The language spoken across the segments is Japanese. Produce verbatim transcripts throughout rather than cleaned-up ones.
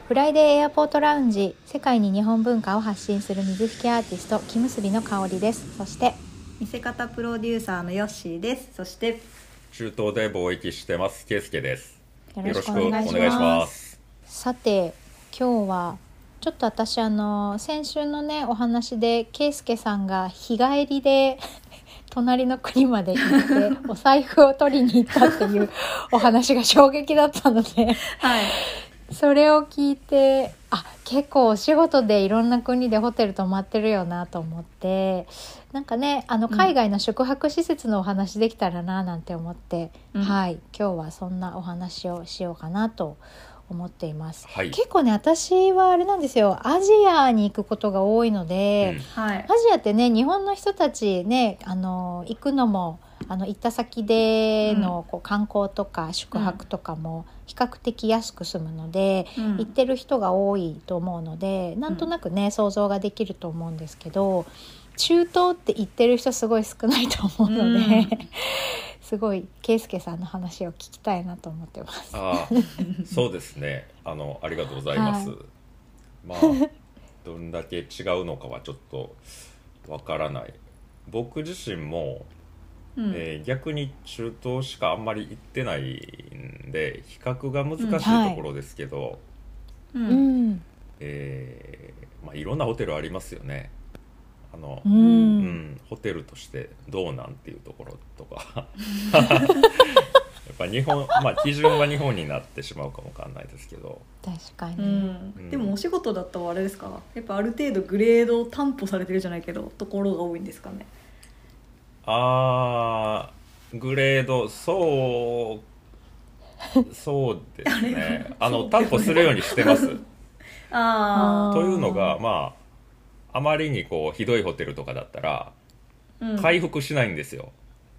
フライデーエアポートラウンジ、世界に日本文化を発信する水引アーティスト木結びの香りです。そして見せ方プロデューサーのヨッシーです。そして中東で貿易してますケイスケです。 よろしくお願いします。さて今日はちょっと私あの先週のねお話でケイスケさんが日帰りで隣の国まで行ってお財布を取りに行ったっていうお話が衝撃だったので、 はい、 それを聞いてあ結構お仕事でいろんな国でホテル泊まってるよなと思って、なんかねあの海外の宿泊施設のお話できたらななんて思って、うん、はい今日はそんなお話をしようかなと思っています、 はい、 結構ね私はあれなんですよ、アジアに行くことが多いので、 うんはい、 アジアってね日本の人たちねあの行くのもあの行った先でのこう観光とか宿泊とかも比較的安く済むので、うん、行ってる人が多いと思うのでなんとなくね、うん、想像ができると思うんですけど、中東って行ってる人すごい少ないと思うので、うん、すごいケイスケさんの話を聞きたいなと思ってます。 あそうですね、あのありがとうございます、はい、まあどんだけ違うのかはちょっとわからない。僕自身も、うんえー、逆に中東しかあんまり行ってないんで比較が難しいところですけど、 うんはいえーまあ、いろんなホテルありますよね。あのうんうん、ホテルとしてどうなんっていうところとかやっぱ日本、まあ、基準は日本になってしまうかもわかんないですけど確かに、 うんうん、でもお仕事だったらあれですか、やっぱある程度グレードを担保されてるじゃないけどところが多いんですかね。 あーグレードそうそうですねあの担保するようにしてますあというのがまああまりにこうひどいホテルとかだったら、うん、回復しないんですよ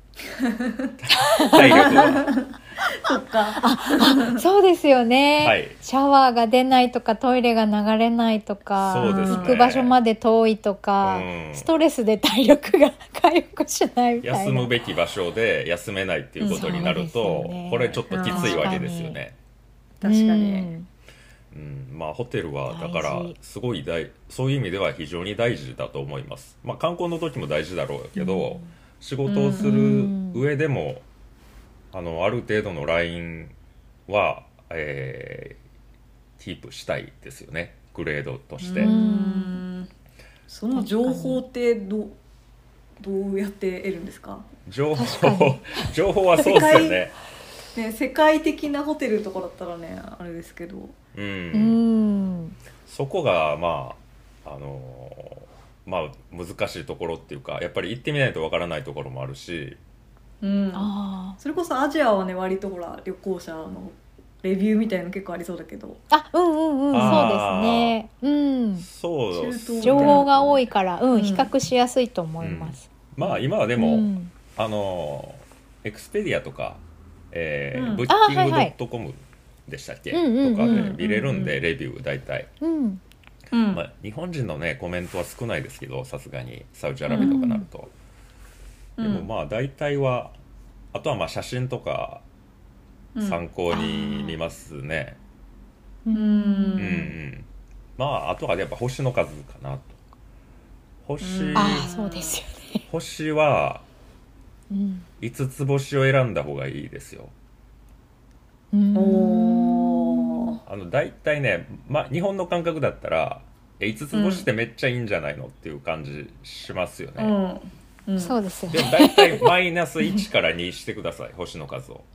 体力はそっかああそうですよね、 はい、 シャワーが出ないとかトイレが流れないとか、 そうですね、 行く場所まで遠いとか、うん、ストレスで体力が回復しないみたいな、 休むべき場所で休めないっていうことになると、うんね、これちょっときついわけですよね。 確かに、うんうん、まあホテルはだからすごい大そういう意味では非常に大事だと思います。まあ観光の時も大事だろうけど、うん、仕事をする上でも、うん、あのある程度のラインは、えー、キープしたいですよね、グレードとして。 うんその情報ってどどうやって得るんですか？ 情報情報はそうですよね。 ね、世界的なホテルとかだったらねあれですけど、 うん、 うんそこがまああのー、まあ難しいところっていうか、やっぱり行ってみないとわからないところもあるし、 うん、あそれこそアジアはね割とほら旅行者のレビューみたいなの結構ありそうだけど、 あうんうんうんそうですね、うん、 そう情報が多いから、うん、比較しやすいと思います、 うん、まあ今はでも、うん、あのエクスペディアとかえーうん、ブッキングドットコムでしたっけ、はいはい、とかで見れるんで、うんうん、レビュー大体、 うんまあ、日本人のねコメントは少ないですけど、さすがにサウジアラビアとかなると、うん、でもまあ大体はあとはまあ写真とか参考に見ますね、 うんうんうんうんまああとはやっぱ星の数かなと。星、 あそうですよね、 星はうん、 いつつ星を選んだ方がいいですよ。 うんおあのだいたいね、ま、日本の感覚だったらいつつ星ってめっちゃいいんじゃないのっていう感じしますよね、 うんうん、そうですよね。 でもだいたいマイナスいちからにしてください星の数を。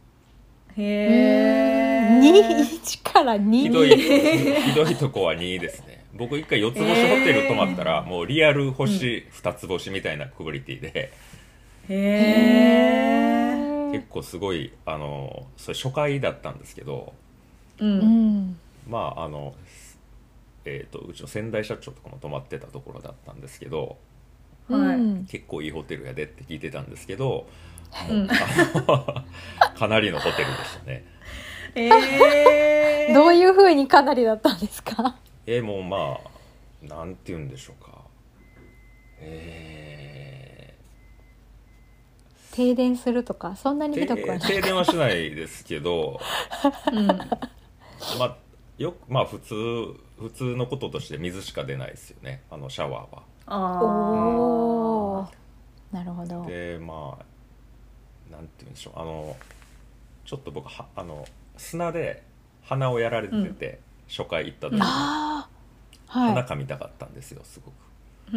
へーいちからにひどいひどいとこはにですね。僕一回よつ星ホテル泊まったらもうリアル星ふたつ星みたいなクオリティで、 へー結構すごいあのそれ初回だったんですけど、 うん、 まああの、えー、とうちの先代社長とかも泊まってたところだったんですけど、 はい、 結構いいホテルやでって聞いてたんですけど、 うん、 かなりのホテルでしたね。 えー、 どういう風にかなりだったんですか？ えー、もうまあなんて言うんでしょうか、えー、停電するとかそんなにひどくはないか。 停電はしないですけど、うん、まあよくまあ普通普通のこととして水しか出ないですよね、あのシャワーは。 あおー、なるほど。 でまあなんて言うんでしょう、あのちょっと僕はあの砂で鼻をやられてて、うん、初回行った時に、 あー、はい、 鼻かみたかったんですよすごく、 うん、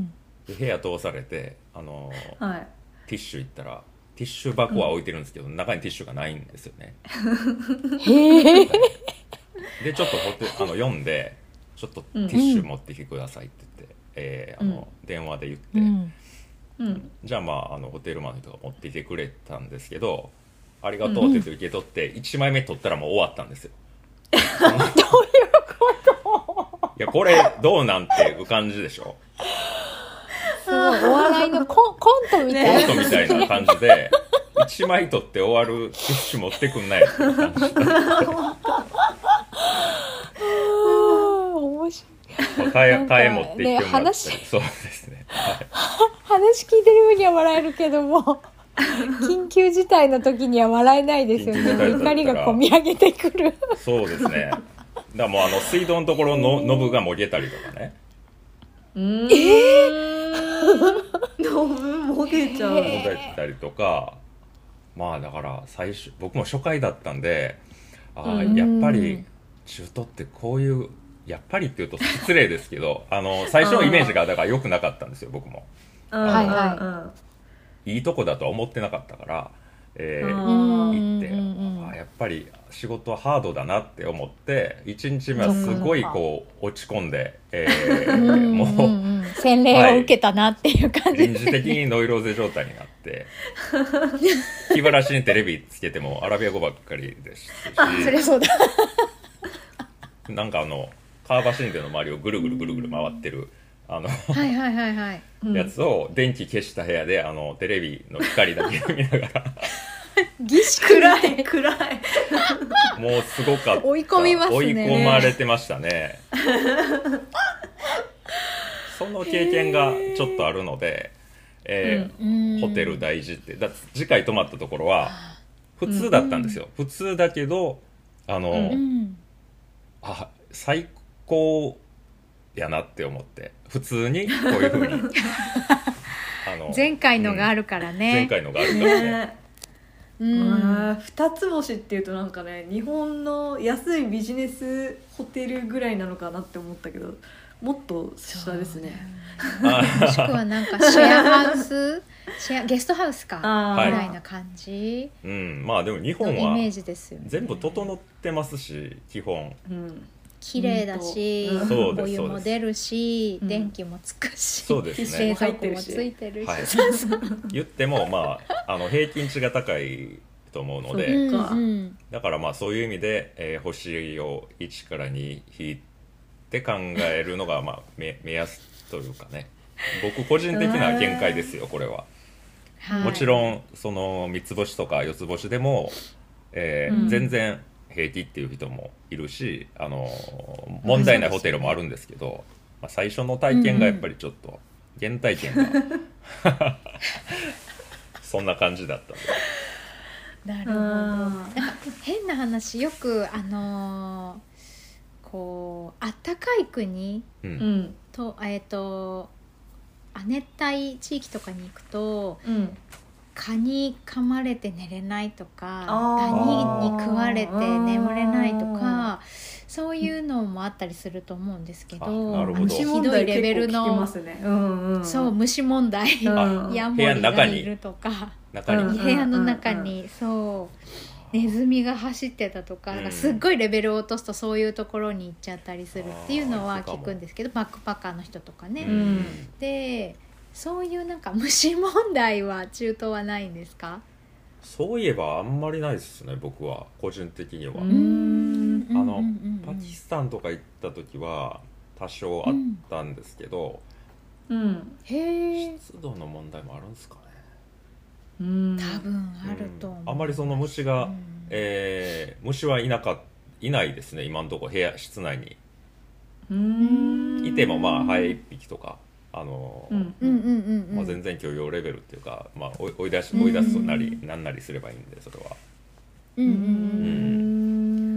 で部屋通されてあの、 はい、 ティッシュ行ったらティッシュ箱は置いてるんですけど、うん、中にティッシュがないんですよね。 へえ。 でちょっとホテあの読んでちょっとティッシュ持ってきてくださいって言って、うん、えー、あの電話で言って、 うんうん、 じゃあまああのホテルマンの人が持ってきてくれたんですけど、ありがとうって言って受け取って、うん、いちまいめ取ったらもう終わったんですよ。 どういうこと？ いやこれどうなんていう感じでしょ。 すごいお笑いのコン、コントみたいな、 コントみたいな感じでいちまい取って終わるティッシュ持ってくんないっていう感じだ面白い。 替え、替え持ってきてもらったり、 ね、話そうですね、はい、 話聞いてる分には笑えるけども緊急事態の時には笑えないですよね。怒りがこみ上げてくる。 そうですね。だからもうあの水道のところのノブがもげたりとかね。 うーん、 えー、 ノブもげちゃう。もげたりとか、まあだから最初僕も初回だったんで、あーやっぱり中途ってこういうやっぱりっていうと失礼ですけど、あの最初のイメージがだから良くなかったんですよ僕も。 はいはい。 いいとこだとは思ってなかったから、えー、行ってあやっぱり仕事はハードだなって思っていちにちめはすごいこう落ち込んで、えー、もう、 うんうん、洗礼を受けたなっていう感じ、 はい、臨時的にノイローゼ状態になって気晴らしにテレビつけてもアラビア語ばっかりですし、 そりゃそうだなんかあの川橋神殿の周りをぐるぐるぐるぐる回ってるあのはいはいはいはい、 やつを電気消した部屋であのテレビの光だけ見ながら儀式暗い暗いもうすごかった。 追い込みますね。 追い込まれてましたねその経験がちょっとあるので、えーうん、ホテル大事ってだ次回泊まったところは普通だったんですよ、うん、普通だけどあの、うん、あ最高やなって思って普通にこういう風にあの前回のがあるからね、 うん、前回のがあるからね、ねうん、二つ星っていうとなんかね日本の安いビジネスホテルぐらいなのかなって思ったけどもっと下ですね。 もしくはなんかシェアハウスシェアゲストハウスかぐらいな感じ、 うん、まあでも日本はイメージですよね。 全部整ってますし基本、 うん綺麗だし、うん、お湯も出るし、うん、電気もつくし、 そうですね、 冷蔵庫もついてるし、はい、 言ってもまああの平均値が高いと思うので、 うんうん、 だからまあそういう意味で、えー、星をいちからに引いて考えるのがまあ 目, 目安というかね、僕個人的な見解ですよこれは、はい、もちろんそのみつ星とかよつ星でも、えーうん、全然平気っていう人もいるし、あの問題ないホテルもあるんですけど、まあ、最初の体験がやっぱりちょっと原体験がそんな感じだったので。なるほど。なんか変な話よくあのー、こうあったかい国、うん、とえっ、ー、と亜熱帯地域とかに行くと。うん蚊に噛まれて寝れないとかダニに食われて眠れないとかそういうのもあったりすると思うんですけど、 虫ひどいレベルの、 ねうんうん、 そう虫問題、うん、ヤモリがいるとか中に部屋の中にそうネズミが走ってたとか、うん、すっごいレベルを落とすとそういうところに行っちゃったりするっていうのは聞くんですけどバックパッカーの人とかね、うん、でそういうなんか虫問題は中東はないんですか？ そういえばあんまりないですね僕は個人的には。 うーんあの、 うんうんうん、 パキスタンとか行った時は多少あったんですけど、 うんうん、へ湿度の問題もあるんですかね。 うん多分あると思う、 うん、あんまりその虫が、うんえー、虫はいなかいないですね今のところ部屋室内に。 うーんいてもまあハエ一匹とかあのうんうんうんうんまあ、全然許容レベルっていうか、まあ、追い出し追い出すなりなんなりすればいいんでそれは。 うんうんうん、 そ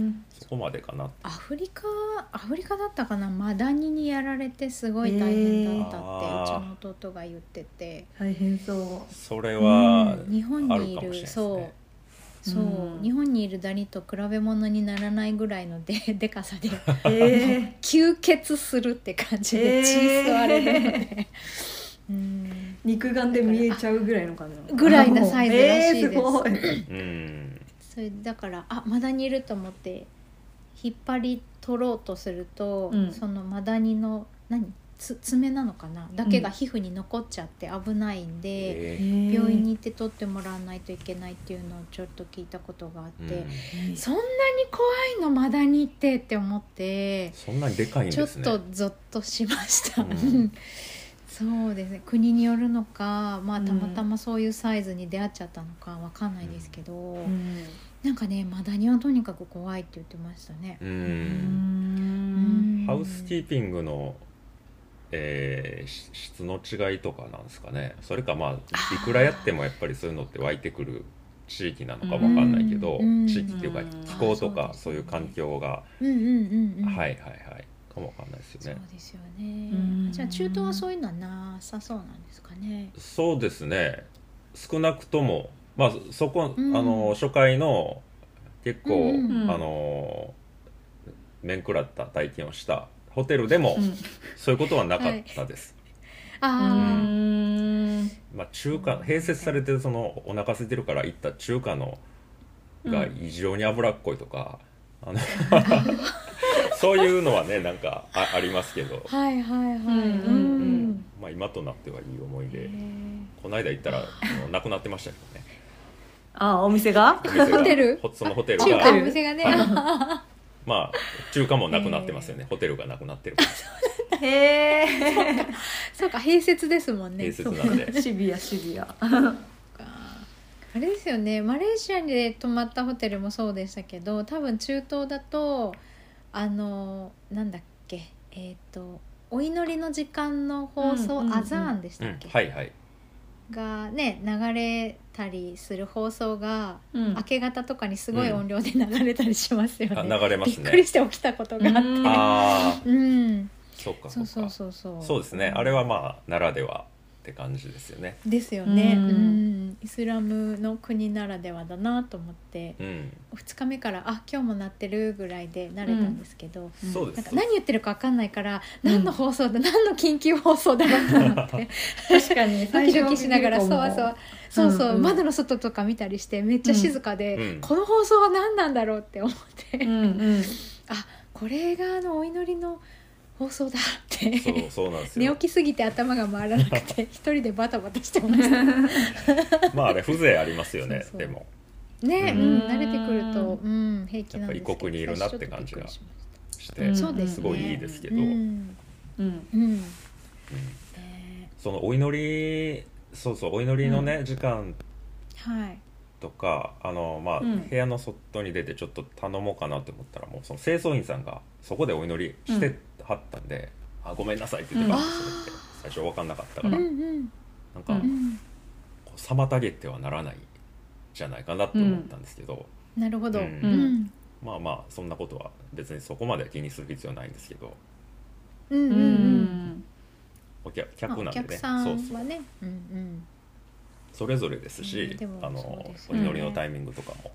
こまでかな。 アフリカアフリカだったかな、マダニにやられてすごい大変だったって、 えーうちの弟が言ってて、 大変そう。 それはうん日本あるにいるかもしれないですそうね。 そう、 うん日本にいるダニと比べ物にならないぐらいのででかさでえ吸血するって感じでえー血吸われるので、うんー、肉眼で見えちゃうぐらいの感じなのかな。 ぐらいなサイズらしいですえー、すごい。 うんそれだからあマダニいると思って引っ張り取ろうとすると、 うんそのマダニの何つ爪なのかなだけが皮膚に残っちゃって危ないんで、 えー病院に行って取ってもらわないといけないっていうのをちょっと聞いたことがあって、 うんそんなに怖いのマダニってって思ってそんなにでかいんちょっですね。 とゾッとしました、 うんそうですね、国によるのか、まあ、 うんたまたまそういうサイズに出会っちゃったのかわかんないですけど、 うんなんかねマダニはとにかく怖いって言ってましたね。 ううんんハウスキーピングの、えーし質の違いとかなんですかね。それかまあいくらやってもやっぱりそういうのって湧いてくる地域なのかもわかんないけど、 うん地域っていうかうん気候とかあそういう環境が、 うんうんうんうん、 はいはいはいかもわかんないですよそうね。 ですよね、 うんじゃあ中東はそういうのはなさそうなんですかね。 そうですね、少なくともまあそこ、 うんあの初回の結構、 うんうんあの面食らった体験をしたホテルでも、 うんそういうことはなかったです。 あうんまあ、中華併設されてるそのお腹空いてるから行った中華のが異常に脂っこいとか、あのそういうのはねなんか あ, ありますけど、 あはいはいはい、 うんうんまあ、今となってはいい思いへで、 ーこの間行ったらあのなくなってましたけどね。 あ、お店がお店がホテルほそのホテル中華がお店がね、 まあ中華もなくなってますよね、ホテルがなくなってるからへえそうか併設ですもんね。 併設なんでシビアシビアあれですよね、マレーシアで泊まったホテルもそうでしたけど、多分中東だとあのなんだっけえっ、とお祈りの時間の放送、 うんうんうんアザーンでしうんたっけ、 はいはいがね流れたりする放送が、 うん明け方とかにすごい音量で流れたりしますよね、 あ流れますねびっくりして起きたことがあって、 うんああうん、 そうかそそううかそうそうそうそうですね、あれはまあならではって感じですよね。 ですよね、 ううんん、イスラムの国ならではだなと思って、 うんふつかめからあ今日も鳴ってるぐらいで慣れたんですけど、 うんそうですなんか何言ってるか分かんないから、 うん何の放送だ何の緊急放送だろうと思って確かにドキドキしながらそうそうそうそう、 うんうん窓の外とか見たりしてめっちゃ静かで、 うんこの放送は何なんだろうって思って、 うんうんあこれがあのお祈りの放送だってそうそうなんですよ寝起きすぎて頭が回らなくて一人でバタバタしてましたまああれ風情ありますよね。 そうそうでもね、 ううんん、慣れてくると、うん、平気なんですけどやっぱ異国にいるなって感じが最初ちょっとびっくりしましして、 うんそうですねすごいいいですけど、 たうんうんうんうんねそのお祈りそうそうお祈りのね、時間はいとかあの、まあうん部屋の外に出てちょっと頼もうかなって思ったらもうその清掃員さんがそこでお祈りしてはったんで、あごめんなさいって言ってから、 うんそれって最初分かんなかったかうんら、 うんなんか、 うんうんこう妨げてはならないじゃないかなって思ったんですけど、 なるほど、 ううんんまあまあそんなことは別にそこまでは気にする必要ないんですけど、 うんうんううんんお客客まあおなんでね、 客さんそうそうはねうんうんそれぞれですし、 うんでもあのそうですおよね祈りのタイミングとかも、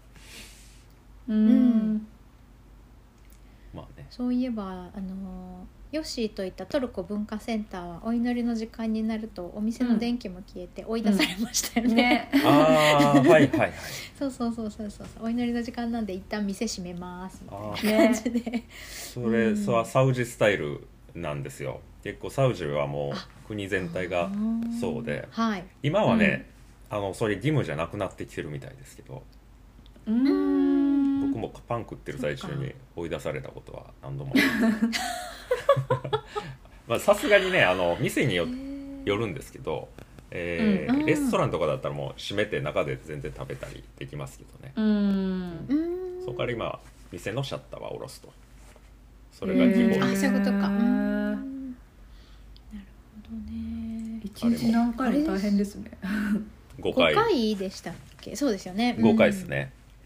うんまあねそういえばあのヨッシーといったトルコ文化センターはお祈りの時間になるとお店の電気も消えて追い出されましたよね、 ねああはいはいはいそうそうそうそうそうお祈りの時間なんで一旦店閉めますみたいあな感じで、 それ、 うんそれはサウジスタイルなんですよ。結構サウジはもうあ国全体がそうで、 はい今はね、あのそれ義務じゃなくなってきてるみたいですけど、 うん僕もパン食ってる最中に追い出されたことは何度もまあさすがにねあの店によよるんですけど、えーうんレストランとかだったらもう閉めて中で全然食べたりできますけどね、 うんうんそこから今店のシャッターは下ろすと、それが基本あです。 そういうことか、うへーんなるほどね一日何回も大変ですねごごか回いでしたっけ。そうですよねごかいですね、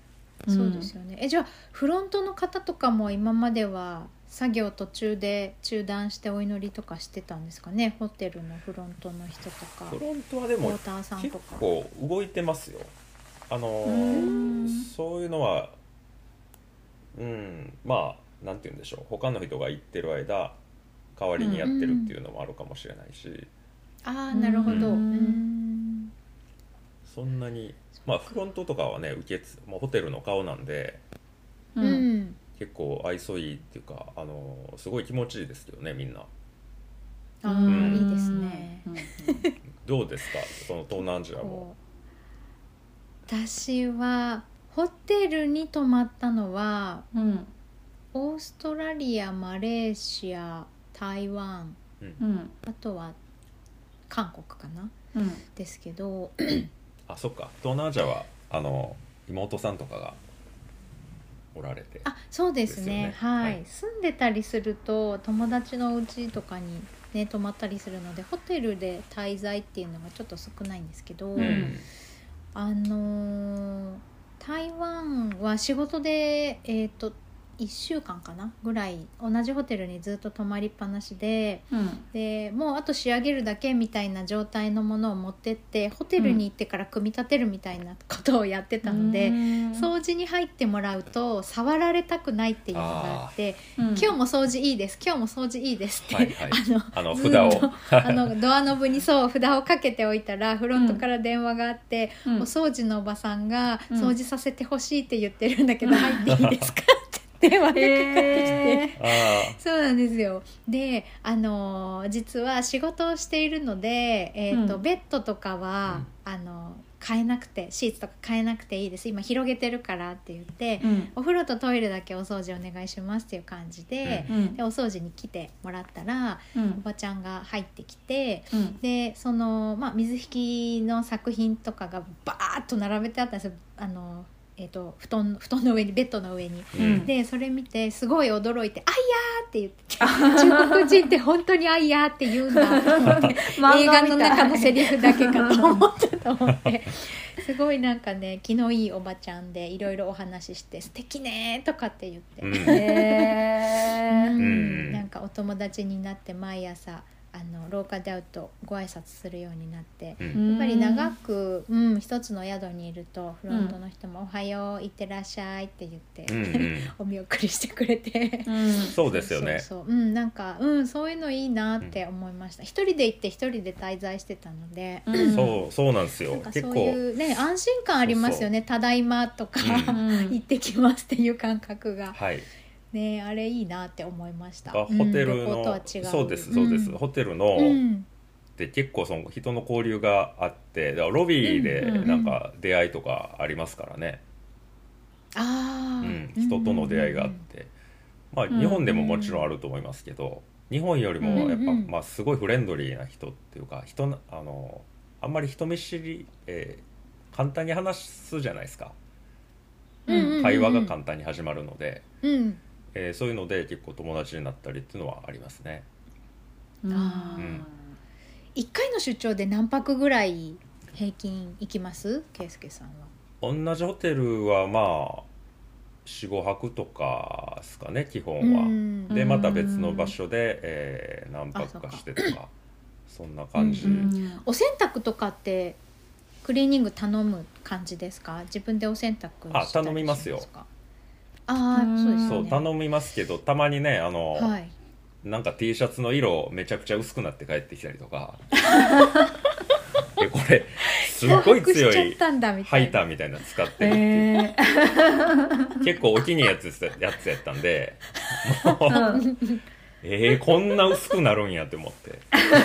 そうですよね。え、じゃあフロントの方とかも今までは作業途中で中断してお祈りとかしてたんですかね。ホテルのフロントの人とかフロントはでもポーターさん結とか構動いてますよ。あのうーんそういうのはうんまあなんて言うんでしょう、他の人が行ってる間代わりにやってるっていうのもあるかもしれないし、 ああなるほど。 ううんんそんなにまあフロントとかはね受けつもうホテルの顔なんでううんん結構愛想いいっていうか、あのすごい気持ちいいですけどねみんな。 ああ、 うんいいですね。 うんどうですかその東南アジアも。 こう私はホテルに泊まったのはうんオーストラリア、マレーシア、台湾、 うんあとは韓国かなうんですけど、 あそっか東南アジアはあの妹さんとかがおられて。 あそうですねですよねはい、 はい住んでたりすると友達の家とかにね泊まったりするのでホテルで滞在っていうのがちょっと少ないんですけど、 うんあのー台湾は仕事でえっといっしゅうかんかなぐらい同じホテルにずっと泊まりっぱなしで、 うんでもうあと仕上げるだけみたいな状態のものを持ってってホテルに行ってから組み立てるみたいなことをやってたので、掃除に入ってもらうと触られたくないっていうのがあってうん今日も掃除いいです今日も掃除いいですって、 はいはいあのあのずっ札をとあのドアノブにそう札をかけておいたらフロントから電話があって、 うんお掃除のおばさんがうん掃除させてほしいって言ってるんだけど、 うん入っていいですかって電話がかかってきて、 へあそうなんですよ。で、あのー実は仕事をしているので、えーとうんベッドとかは、あの変えなくてシーツとか変えなくていいです今広げてるからって言って、 うんお風呂とトイレだけお掃除お願いしますっていう感じで,、 うんでお掃除に来てもらったらおうんばちゃんが入ってきてうんでその、まあ、水引きの作品とかがバーッと並べてあったんですよ。あのえー、と布団布団の上にベッドの上に。 ーうんでそれ見てすごい驚いて「あいやー」って言って中国人って本当に「あいやー」って言うんだと思って映画の中のセリフだけかと思ったと思ってすごいなんかね気のいいおばちゃんでいろいろお話しして「素敵ね」とかって言って、 うんへーうんうんなんかお友達になって毎朝あの廊下で会うとご挨拶するようになって。 うんやっぱり長く、うん、一つの宿にいるとフロントの人も「おはよういってらっしゃい」って言って、 うんうんお見送りしてくれて、 うんそうですよね。 そうそうそう、うん、なんか、うん、そういうのいいなって思いました。一人で行って一人で滞在してたので、 うんそうそうなんですよなんかそう結構いうね安心感ありますよね。ただいまとか、 うん行ってきますっていう感覚がはいね、あれいいなって思いました。 あホテルうん旅行とはの違う。 そうですそうです、 んホテルの、 うんで結構その人の交流があってだからロビーでうんうんなんか出会いとかありますからね、 あうーん人との出会いがあって、まあうん日本でももちろんあると思いますけど日本よりもやっぱ、 うんうんまあ、すごいフレンドリーな人っていうか人なあのあんまり人見知り、えー簡単に話すじゃないですか、 うんうんうんうん会話が簡単に始まるので、 うんえーそういうので結構友達になったりっていうのはありますね。 あーうんいっかいの出張で何泊ぐらい平均行きます？圭介さんは。 同じホテルはまあ よん,ご 泊とかですかね基本は。 うんでまた別の場所で、えー何泊かしてとかそんな感じ、 うんうんお洗濯とかってクリーニング頼む感じですか？自分でお洗濯したりしますか？ あ頼みますよ。 ああ、そうですね。 そう頼みますけどたまにねあの、 はい。 なんか T シャツの色めちゃくちゃ薄くなって帰ってきたりとかでこれすっごい強報復しちゃっいたんだみたいな。 ハイターみたいなの使ってるっていう、 へー結構お気に入りやつやつやったんでもうえー、こんな薄くなるんやって思って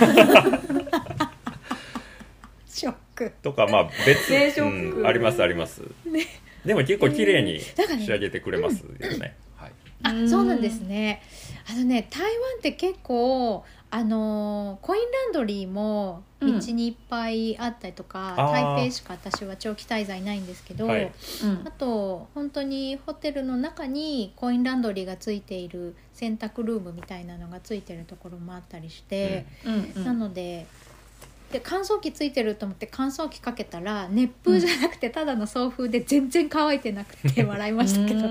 ショック。 とかまあ別、 ねショックうん、ありますあります、でも結構綺麗にだからね仕上げてくれますよね、はいあ、そうなんですね。あのね、台湾って結構あのーコインランドリーも道にいっぱいあったりとか、 あー台北しか私は長期滞在ないんですけど、 はいうんあと本当にホテルの中にコインランドリーがついている洗濯ルームみたいなのがついてるところもあったりして、 うんうんなのでで乾燥機ついてると思って乾燥機かけたら熱風じゃなくてただの送風で全然乾いてなくて笑いましたけど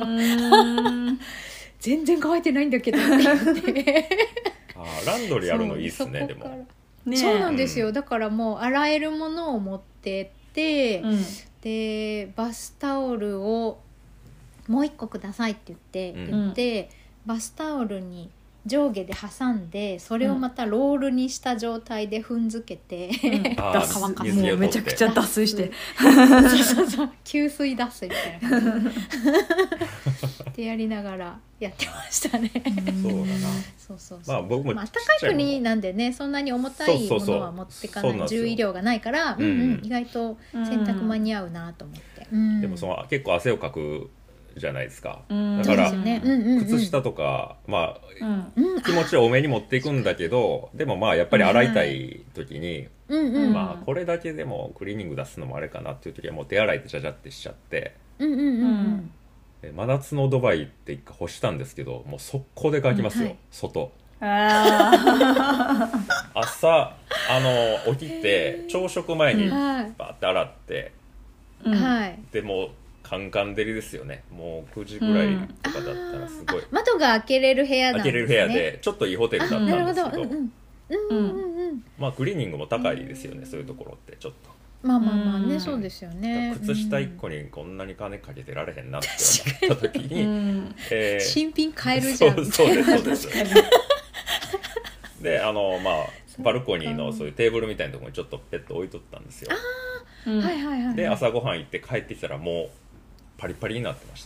全然乾いてないんだけどって言ってあランドリーあるのいいっすね。でもね、そうなんですよ、うん、だからもう洗えるものを持ってって、うん、でバスタオルをもう一個くださいって言って、うん、言ってバスタオルに上下で挟んでそれをまたロールにした状態で踏んづけて、うん、 脱乾かもうめちゃくちゃ脱水してそうそうそう吸水脱水みたいな感じでやりながらやってましたね。 そうだな。 そうそうそう。 まあ僕もまあ、暖かい国なんでねそんなに重たいものは持っていかない重医療がないから、うんうん、意外と洗濯間に合うなと思って、うん、 でもその結構汗をかくじゃないですか。だから、ねうんうんうん、靴下とか、まあうん、気持ちを多めに持っていくんだけど、でもまあやっぱり洗いたい時に、うんうん、まあこれだけでもクリーニング出すのもあれかなっていう時はもう手洗いでジャジャってしちゃって、うんうんうんうん、真夏のドバイって一回干したんですけどもう速攻で乾きますよ、うんはい、外あ朝あの起きて朝食前にバーって洗って、うんはい、でもカンカン照りですよね。もうくじぐらいとかだったらすごい、うん、 窓が開けれる部屋なんですね。開けれる部屋でちょっといいホテルだったんですけど、まあクリーニングも高いですよね、うん、そういうところってちょっとまあまあまあね、うん、そうですよね。 靴下いっこにこんなに金かけてられへんなって思った時に、うんえー、新品買えるじゃんそうそうですそうですであのまあバルコニーのそういうテーブルみたいなところにちょっとペット置いとったんですよ。あ、うん、はいはいはい。で朝ごはん行って帰ってきたらもうパリパリになってました。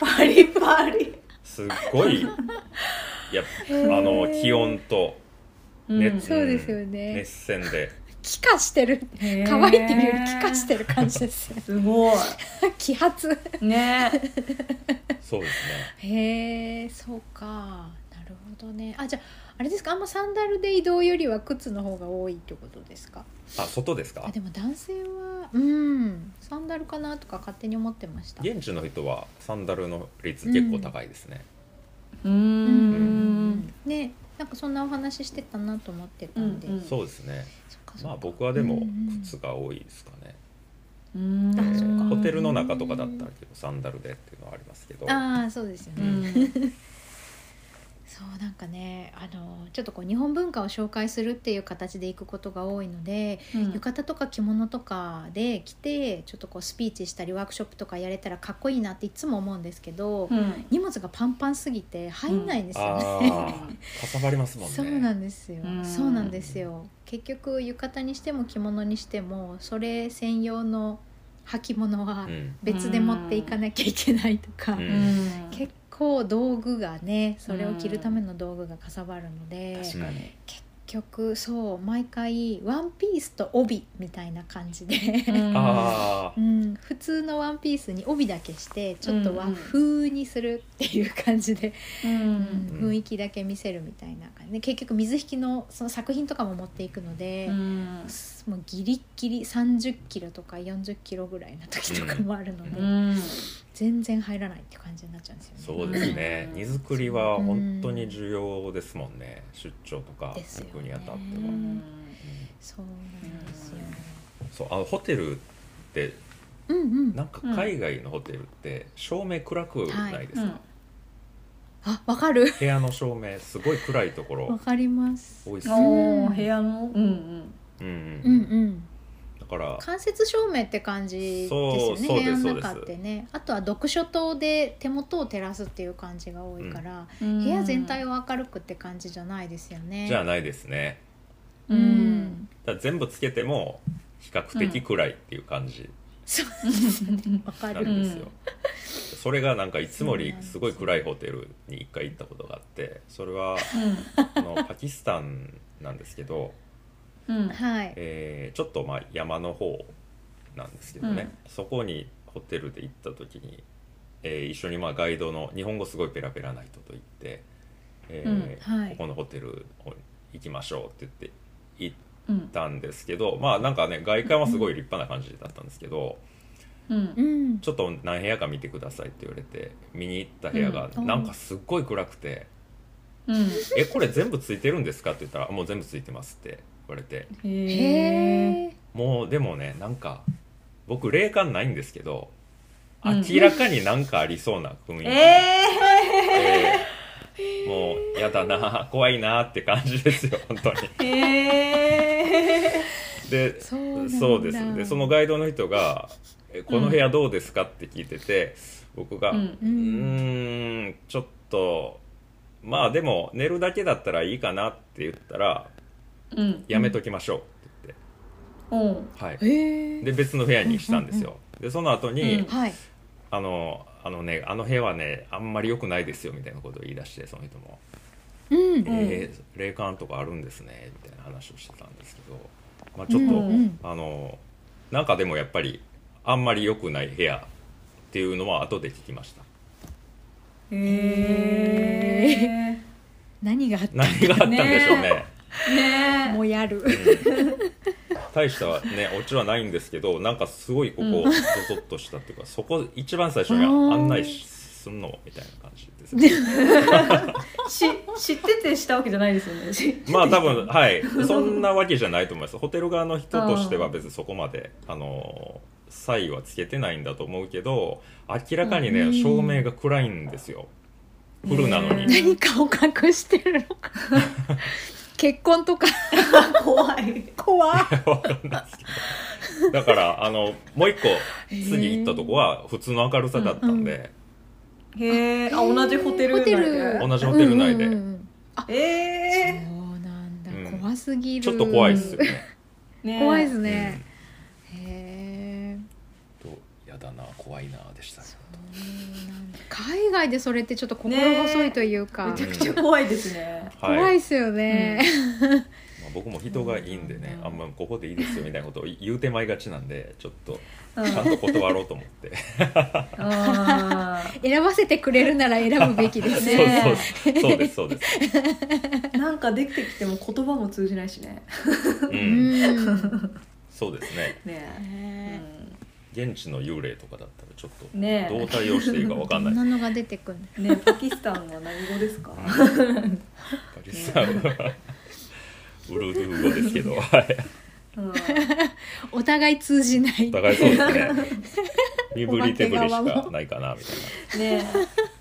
パリパリすっごいいやあの気温と熱、 うん、そうですよね、 熱線で気化してる乾いてるより気化してる感じですよすごい気発ねそうですね。へえそうかなるほどね。あじゃああれですかあんまサンダルで移動よりは靴の方が多いってことですか。 あ外ですか。 あでも男性はうんサンダルかなとか勝手に思ってました。 現地の人はサンダルの率結構高いですね。 うんうんうんねなんかそんなお話してたなと思ってたんで、うんうん、 そうですね。まあ僕はでも靴が多いですかね。うんえー、ホテルの中とかだったら結構サンダルでっていうのはありますけど。 ああそうですよね、うんそうなんかねあのちょっとこう日本文化を紹介するっていう形で行くことが多いので、うん、浴衣とか着物とかで着てちょっとこうスピーチしたりワークショップとかやれたらかっこいいなっていつも思うんですけど、うん、荷物がパンパンすぎて入んないんですよね、うん、あかさばりますもんね。 そうなんですよ、うん、そうなんですよ。結局浴衣にしても着物にしてもそれ専用の履物は別で持っていかなきゃいけないとか、うん、結構道具がねそれを着るための道具がかさばるので、確かに結局そう毎回ワンピースと帯みたいな感じで、うんあうん、普通のワンピースに帯だけしてちょっと和風にするっていう感じで、うんうん、雰囲気だけ見せるみたいな感じで結局水引き の, その作品とかも持っていくので、うん、もうギリッギリさんじゅっキロとかよんじゅっキロぐらいの時とかもあるので、うん、全然入らないって感じになっちゃうんですよね。 そうですね、荷造りは本当に重要ですもんね、うん、出張とか行くにあたっては、うん、 そうなんですよ。 そうあのホテルって、うんうん、なんか海外のホテルって照明暗くないですか、はいうん、 あわかる部屋の照明すごい暗いところわかります多いですよ、うん、部屋のうんうんうんうんうんだから間接照明って感じですよね部屋の中ってね。あとは読書灯で手元を照らすっていう感じが多いから、うん、部屋全体を明るくって感じじゃないですよね。 じゃないですね。うん、だから全部つけても比較的暗いっていう感じ、うん、 そうですねわかるんですよ。それがなんかいつもよりすごい暗いホテルに一回行ったことがあってそれはあのパキスタンなんですけどうんはいえー、ちょっとまあ山の方なんですけどね、うん、そこにホテルで行った時に、えー、一緒にまあガイドの日本語すごいペラペラな人と行って、えーうんはい、ここのホテル行きましょうって言って行ったんですけど、うん、まあなんかね外観はすごい立派な感じだったんですけど、うん、ちょっと何部屋か見てくださいって言われて見に行った部屋がなんかすっごい暗くて、うん、えこれ全部ついてるんですかって言ったらもう全部ついてますってわれて、 へへええ。 もうでもねなんか僕霊感ないんですけど、 うん明らかになんかありそうな雰囲気、 ええーもうやだな怖いなって感じですよ本当に。 ー、へでそうなんだそうですでそのガイドの人が「えこの部屋どうですか?」って聞いてて、僕が「 ううんーんちょっとまあでも寝るだけだったらいいかな」って言ったらーうん 「やめときましょう」ってうん言って、はい、 へえ。 で別の部屋にしたんですよ。でその後に、 うんはい。 あのあのねあの部屋はねあんまり良くないですよみたいなことを言い出して、その人もうん。 えー、霊感とかあるんですねみたいな話をしてたんですけど、まあ、ちょっと、 うんうんあのなんかでもやっぱりあんまり良くない部屋っていうのは後で聞きました。 へ何があったんだ何があったんでしょうね。 えねもうやる。 大したねオチはないんですけど、なんかすごいここうんゾゾッとしたっていうか、そこ一番最初に案内すんのみたいな感じですね。 し知っててしたわけじゃないですよね。しまあ多分はいそんなわけじゃないと思います。ホテル側の人としては別にそこまであの差異はつけてないんだと思うけど、明らかにね、 うん照明が暗いんですよ。フルなのに、 ね何かを隠してるのか。結婚とか怖い。 怖い。 わかんないですけど、だからあのもう一個次行ったとこは普通の明るさだったんで、 へえ、あ、同じホテル内で。 ホテル同じホテル内でうんうんうんあ、 えそうなんだ、 うん怖すぎる。 ちょっと怖いっすよね。 ー、ね怖いですうんね。へえ。 とやだな怖いなでしたね。 そうなんだ。海外でそれってちょっと心細いというか、 めちゃくちゃ怖いですね。 はい、 怖いっすよね。 まあ、僕も人がいいんでね、あんまここでいいですよみたいなことを言うてまいがちなんで、ちょっとうんちゃんと断ろうと思ってあ選ばせてくれるなら選ぶべきですそうね。 そうそうですそうです、 ーなんかできてきても言葉も通じないしね。 う、 うんん。 そうですね。 ねね現地の幽霊とかだったらちょっとえ。ねどう対応していいかわかんないこんなのが出てくる。 え。ねえ、パキスタンは何語ですか？ パキスタンはウルドゥー語ですけど、はいうんお互い通じない。 お互いそうですね。身振り手振りしかないかなみたいねな、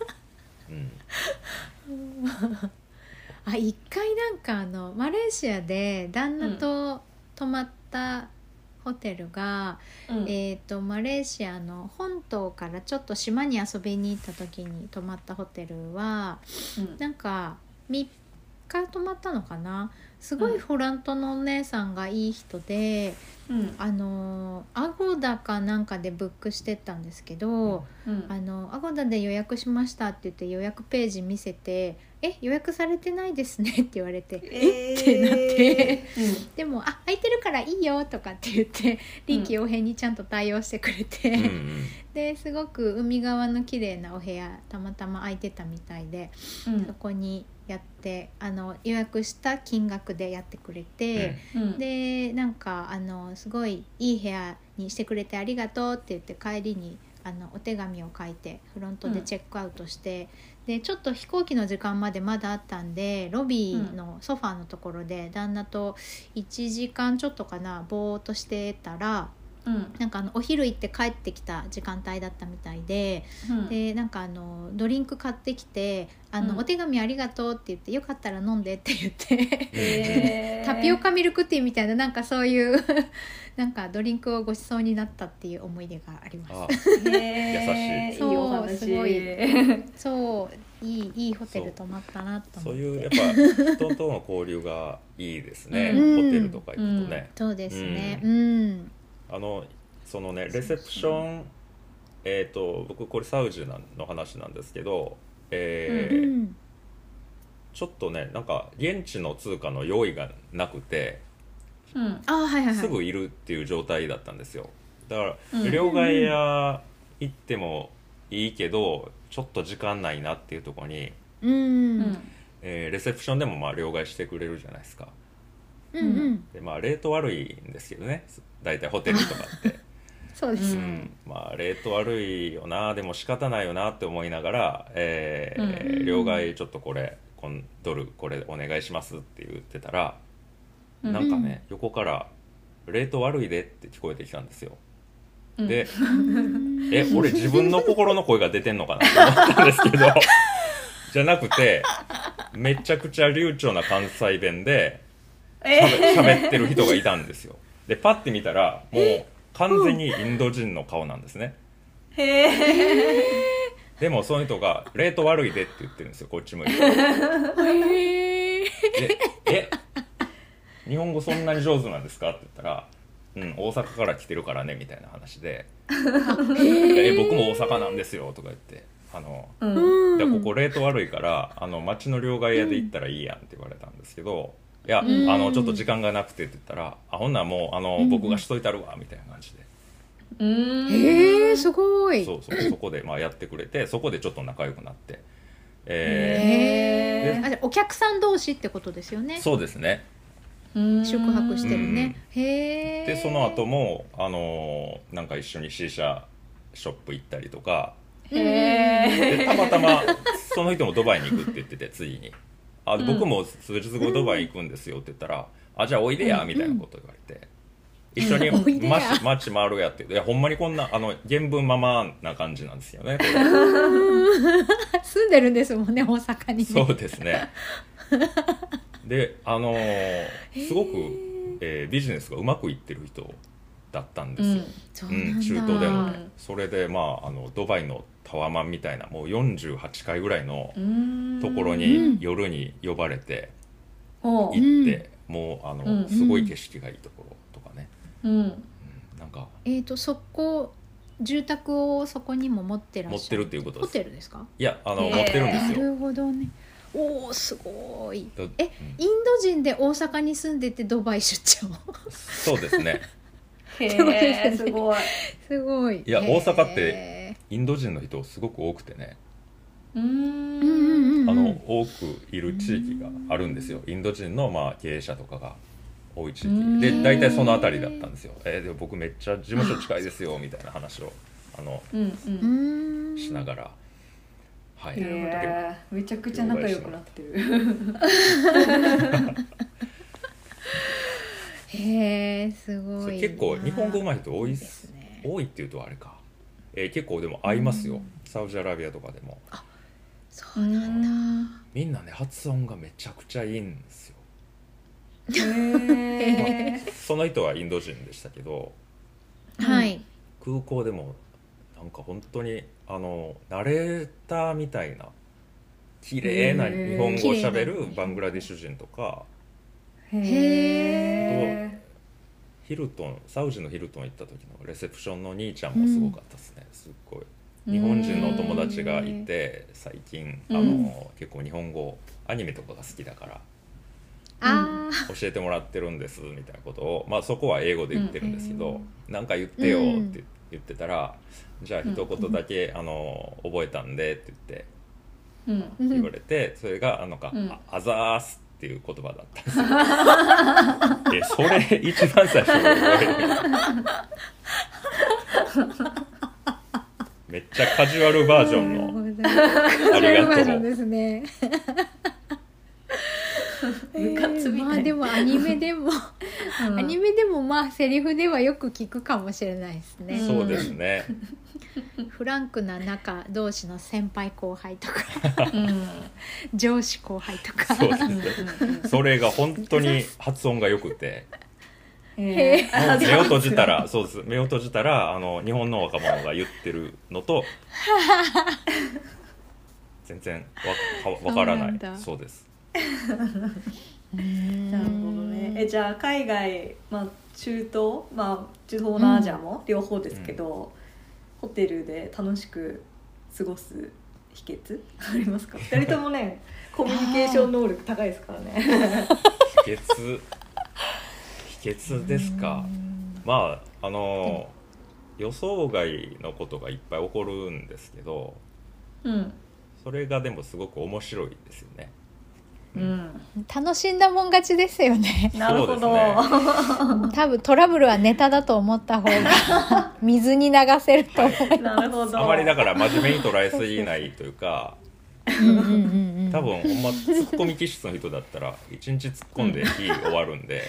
うん、 あ、一回なんかあのマレーシアで旦那と泊まったホテルが、 え。うんえー、とマレーシアの本島からちょっと島に遊びに行った時に泊まったホテルはうんなんかみっか泊まったのかな。すごいフラントのお姉さんがいい人で、 うんあのアゴダかなんかでブックしてったんですけど、 うんあのアゴダで予約しましたって言って予約ページ見せて「え予約されてないですね」って言われて「えっ?」てなってでも「あ空いてるからいいよ」とかって言って臨機応変にちゃんと対応してくれて、 うんうんですごく海側の綺麗なお部屋たまたま空いてたみたいで、 うんそこにやってあの予約した金額でやってくれて。 うんでなんかあのすごいいい部屋にしてくれてありがとうって言って帰りにあのお手紙を書いてフロントでチェックアウトして、でちょっと飛行機の時間までまだあったんでロビーのソファーのところで旦那といちじかんちょっとかなぼーっとしてたらうんなんかあのお昼行って帰ってきた時間帯だったみたいで、 うんでなんかあのドリンク買ってきてあの、 うんお手紙ありがとうって言ってよかったら飲んでって言ってへータピオカミルクティーみたいななんかそういうなんかドリンクをご馳走になったっていう思い出があります。 あへー優しいそういいお話すごいそういいいいホテル泊まったなと思って。 そういうやっぱ人との交流がいいですね、 うんホテルとか行くとね、 そうですね。 ううん。 あのそのねレセプション、えっ、と僕これサウジの話なんですけど、えーうんちょっとねなんか現地の通貨の用意がなくてうんあはいはいはい。 すぐいるっていう状態だったんですよ。だから、 うん両替屋行ってもいいけどちょっと時間ないなっていうところに、 うんううんんえーレセプションでもまあ両替してくれるじゃないですか。 うんでまあレート悪いんですけどね大体ホテルとかってそうです。 うん、まあレート悪いよなでも仕方ないよなって思いながら、えーうん両替ちょっとこれこんドルこれお願いしますって言ってたら、 なんかね、横から「レート悪いで」って聞こえてきたんですよ。で、え俺自分の心の声が出てんのかなと思ったんですけどじゃなくて、めちゃくちゃ流暢な関西弁でしゃべってる人がいたんですよ。でパッて見たらもう完全にインド人の顔なんですね。 へえ。 でもその人が「レート悪いで」って言ってるんですよ、こっち向いて。 へーでえ日本語そんなに上手なんですかって言ったら「うん大阪から来てるからね」みたいな話で「え僕も大阪なんですよ」とか言ってあの、 うん、 でここレート悪いからあの町の両替屋で行ったらいいやんって言われたんですけど、いや、 うん、 あのちょっと時間がなくてって言ったら「あほんならもうあの、うん、僕がしといたるわ」みたいな感じで。 うん、 へえすごい。 そうそうそこでまあやってくれて、そこでちょっと仲良くなって、 えー、へえ。お客さん同士ってことですよね。 そうですね。 宿泊してるね。へえ。 でその後もあのなんか一緒に シー 社ショップ行ったりとか。 へえ。 でたまたまその人もドバイに行くって言ってて、ついにあで僕も数日後ドバイ行くんですよって言ったら、うん、あじゃあおいでやみたいなこと言われて、うん、一緒に街街回るやって、いやほんまにこんなあの原文ままな感じなんですよね。これ住んでるんですもんね、大阪にね。 そうですね。であのー、すごく、えー、ビジネスがうまくいってる人だったんですよ、うんうん、中東でもね。それでまああのドバイのタワマンみたいなもうよんじゅうはちかいぐらいのところに夜に呼ばれて行って、うん、もうあの、うん、すごい景色がいいところとかね、 うんうん、なんかえーとそこ住宅をそこにも持ってらっしゃる。 持ってるっていうことです。 ホテルですか？ いやあの持ってるんですよ。 なるほどね。おーすごい。え、うん、インド人で大阪に住んでてドバイ出張そうですね。 へーすごいすごい。 いや大阪ってインド人の人すごく多くてね、 うーんあの多くいる地域があるんですよ。インド人のまあ経営者とかが多い地域で、大体その辺りだったんですよ。えー、でも僕めっちゃ事務所近いですよみたいな話をあの、うんうん、しながら、はい、 えー、めちゃくちゃ仲良くなってるへーすごい。 結構日本語上手い人多いっす、ね、多いっていうとあれか、えー、結構でも合いますよ、サウジアラビアとかでも。 あそうなんだ。 みんなね発音がめちゃくちゃいいんですよ。 へまあ、その人はインド人でしたけど、 はい、 空港でもなんか本当にあのナレーターみたいな綺麗な日本語をしゃべるバングラディッシュ人とか、 へーヒルトンサウジのヒルトン行った時のレセプションの兄ちゃんもすごかったですね、うん、すっごい日本人のお友達がいて最近あの、うん、結構日本語アニメとかが好きだからあ教えてもらってるんですみたいなことを、まあ、そこは英語で言ってるんですけど、うん、なんか言ってよって言ってたら、うん、じゃあ一言だけ、うん、あの覚えたんでって言って、うん、言われて、それがあのか、うん、アザースっていう言葉だったんですよ。それ一番最初に覚えるめっちゃカジュアルバージョンのありがとうバージョンですね。 部活みたいな、 まあでもアニメでも、うん、アニメでもまあセリフではよく聞くかもしれないですね。 そうですね。 フランクな仲同士の先輩後輩とか、うん、上司後輩とか。 そうですね。それが本当に発音が良くて。 えー、 目を閉じたらそうです。目を閉じたらあの日本の若者が言ってるのと全然わわからない。そう, そうです。 なるほどね。えじゃあ海外、まあ、中東、まあ、中東南アジアも両方ですけど、うん、ホテルで楽しく過ごす秘訣ありますか？ふたりともねコミュニケーション能力高いですからね。 秘訣秘訣ですか。まああの予想外のことがいっぱい起こるんですけど、 うん、 それがでもすごく面白いですよね。 うん、楽しんだもん勝ちですよね。 なるほど、ね、 多分トラブルはネタだと思った方が水に流せると思います。 なるほど。 あまりだから真面目に捉えすぎないというかうんうんうんうん多分ほんまツッコミ気質の人だったら一日突っ込んで日終わるんで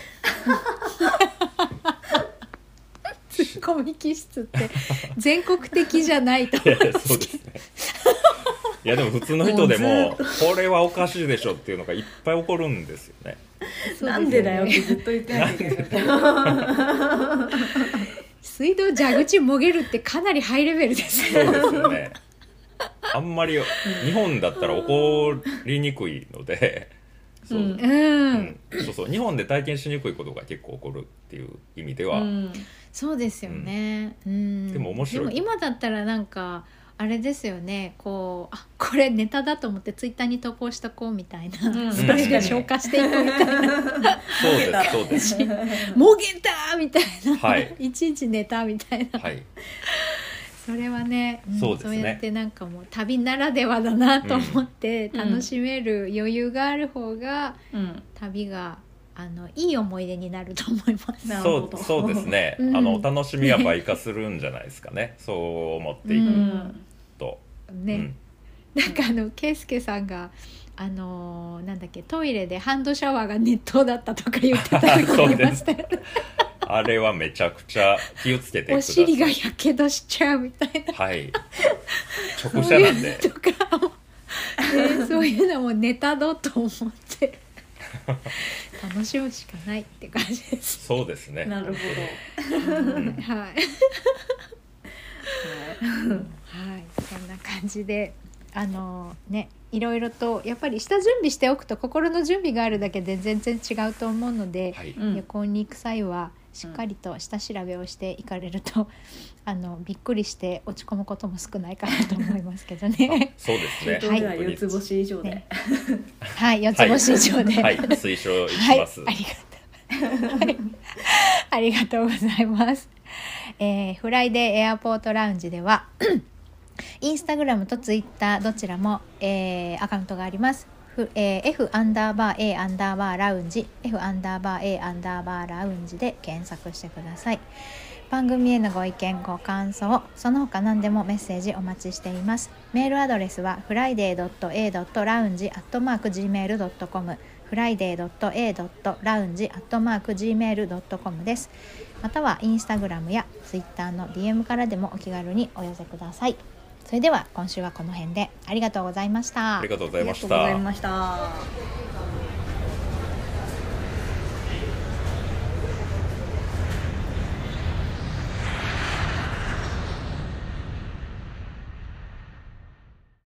ツッコミ気質って全国的じゃないといやそうですねいやでも普通の人でもこれはおかしいでしょっていうのがいっぱい起こるんですよね。 なんでだよってずっと言ってないといけない水道蛇口もげるってかなりハイレベルですそうですよね。あんまり日本だったら起こりにくいのでそう、 うんうん、 うんそうそう日本で体験しにくいことが結構起こるっていう意味では、 うんそうですよね、うん、 でも面白いでも今だったらなんかあれですよね、こうあこれネタだと思ってツイッターに投稿しとこうみたいな、 うんそれで消化していこうみたいなそうですそうですもげたみたいな、 はい、 いちいちネタみたいな、 はい、 それはね、うん、 そうですね。 そうやってなんかもう旅ならではだなと思ってうん楽しめる余裕がある方が、 うん旅があのいい思い出になると思います。 なるほどそうそうですね、 うんあのお楽しみは倍化するんじゃないですかねそう思っていくうんと、 ね、なんかあの圭介さんがあのーなんだっけトイレでハンドシャワーが熱湯だったとか言ってた時ありましたよねうん、あれはめちゃくちゃ気をつけてくおださい。 尻がやけどしちゃうみたいなはい直射なんでそういうのとかも、ね、そういうのもネタだと思って楽しむしかないって感じです。 そうですね。 なるほうんはい、はい、そんな感じであのねいろいろとやっぱり下準備しておくと心の準備があるだけで全然違うと思うので、 はいど、うん旅行に行く際はしっかりと下調べをしていかれると、あのびっくりして落ち込むことも少ないかなと思いますけどね。 そうですね。 東京では本当に四つ星以上で、 ねはい、四つ星以上で、 はい、はい、推奨しはい、 ます。 ありがとう、はい、ありがとうございます。えー、フライデーエアポートラウンジではインスタグラムとツイッターどちらも、えー、アカウントがあります。ふえー、F アンダーバー A アンダーバーラウンジ F アンダーバー A アンダーバーラウンジで検索してください。番組へのご意見ご感想その他何でもメッセージお待ちしています。メールアドレスは フライデー ドット エー ドット ラウンジ アットマーク ジーメール ドット コム フライデー ドット エー ドット ラウンジ アットマーク ジーメール ドット コム です。またはインスタグラムやツイッターの ディーエム からでもお気軽にお寄せください。それでは今週はこの辺でありがとうございました。 ありがとうございましありがとうございた。 ました。